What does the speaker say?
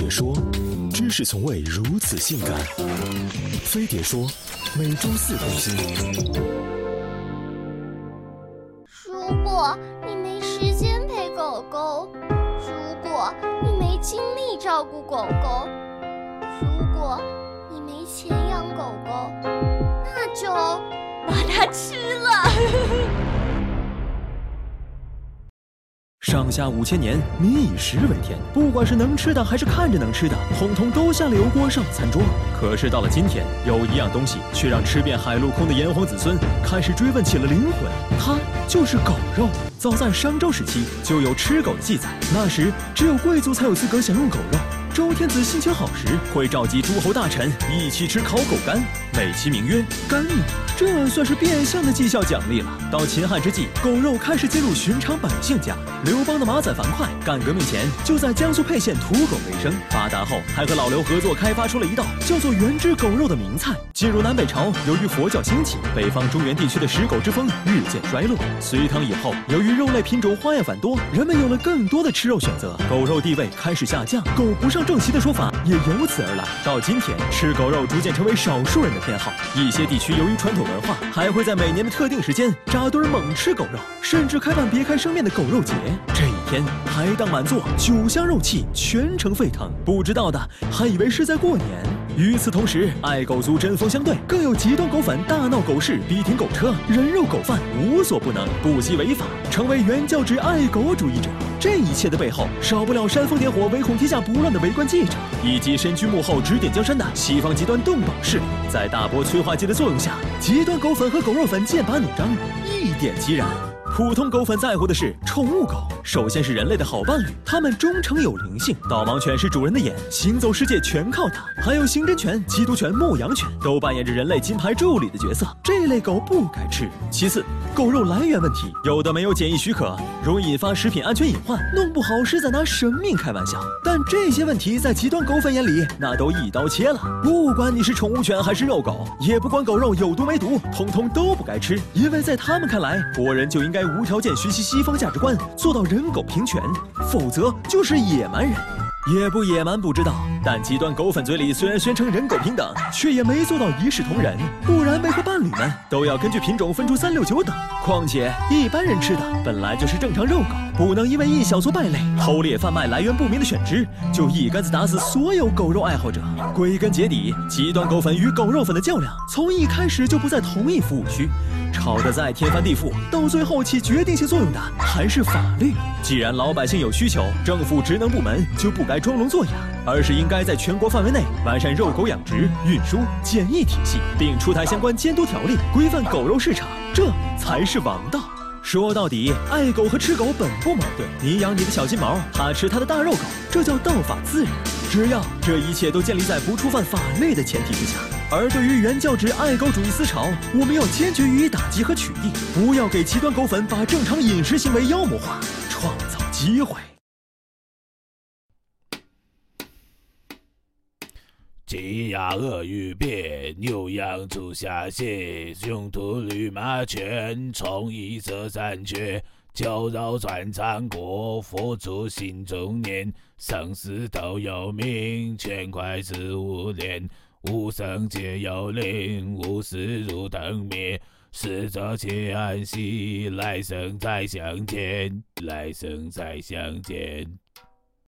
碟说，知识从未如此性感。飞碟说，每周四更新。 如果你没时间陪狗狗，如果你没精力照顾狗狗，如果你没钱养狗狗，那就把它吃了。 上下5000年，民以食为天，不管是能吃的还是看着能吃的，统统都下了油锅上餐桌。可是到了今天，有一样东西却让吃遍海陆空的炎黄子孙开始追问起了灵魂，它就是狗肉。早在商周时期就有吃狗的记载，那时只有贵族才有资格享用狗肉。周天子心情好时，会召集诸侯大臣一起吃烤狗肝，美其名曰肝米，这算是变相的绩效奖励了。到秦汉之际，狗肉开始进入寻常百姓家。刘邦的马仔樊哙干革命前就在江苏沛县屠狗为生，发达后还和老刘合作开发出了一道叫做原汁狗肉的名菜。进入南北朝，由于佛教兴起，北方中原地区的食狗之风日渐衰落。隋唐以后，由于肉类品种花样繁多，人们有了更多的吃肉选择，狗肉地位开始下降，狗不上正席的说法也由此而来。到今天，吃狗肉逐渐成为少数人的偏好。一些地区由于传统文化，还会在每年的特定时间扎堆猛吃狗肉，甚至开办别开生面的狗肉节。这一天，排档满座，酒香肉气，全城沸腾。不知道的还以为是在过年。与此同时，爱狗族针锋相对，更有极端狗粉大闹狗市，逼停狗车，人肉狗贩无所不能，不惜违法，成为原教旨爱狗主义者。这一切的背后，少不了煽风点火、唯恐天下不乱的围观记者，以及身居幕后指点江山的西方极端动保势力。在大波催化剂的作用下，极端狗粉和狗肉粉剑拔弩张，一点即燃。普通狗粉在乎的是宠物狗，首先是人类的好伴侣，它们忠诚有灵性。导盲犬是主人的眼，行走世界全靠它。还有刑侦犬、缉毒犬、牧羊犬都扮演着人类金牌助理的角色，这类狗不该吃。其次，狗肉来源问题，有的没有检疫许可，容易引发食品安全隐患，弄不好是在拿生命开玩笑。但这些问题在极端狗粉眼里，那都一刀切了。不管你是宠物犬还是肉狗，也不管狗肉有毒没毒，统统都不该吃，因为在他们看来，国人就应该无条件学习西方价值观，做到人狗平权，否则就是野蛮人。野不野蛮不知道，但极端狗粉嘴里虽然宣称人狗平等，却也没做到一视同仁。不然为何伴侣们都要根据品种分出3、6、9等？况且一般人吃的本来就是正常肉狗，不能因为一小撮败类偷猎贩卖来源不明的犬只，就一竿子打死所有狗肉爱好者。归根结底，极端狗粉与狗肉粉的较量从一开始就不在同一服务区，吵得再天翻地覆，到最后起决定性作用的还是法律。既然老百姓有需求，政府职能部门就不该装聋作哑，而是应该在全国范围内完善肉狗养殖、运输、检疫体系，并出台相关监督条例，规范狗肉市场，这才是王道。说到底，爱狗和吃狗本不矛盾，你养你的小金毛，他吃他的大肉狗，这叫道法自然。只要这一切都建立在不触犯法律的前提之下。而对于原教旨爱狗主义思潮，我们要坚决予以打击和取缔，不要给极端狗粉把正常饮食行为妖魔化，创造机会。 鸡鸭鳄鱼鳖牛羊猪虾蟹熊兔驴马犬虫蚁蛇三缺酒肉转肠过佛祖心中念生死都有命全快是无恋无生皆有灵无死如灯灭逝者且安息来生再相见来生再相见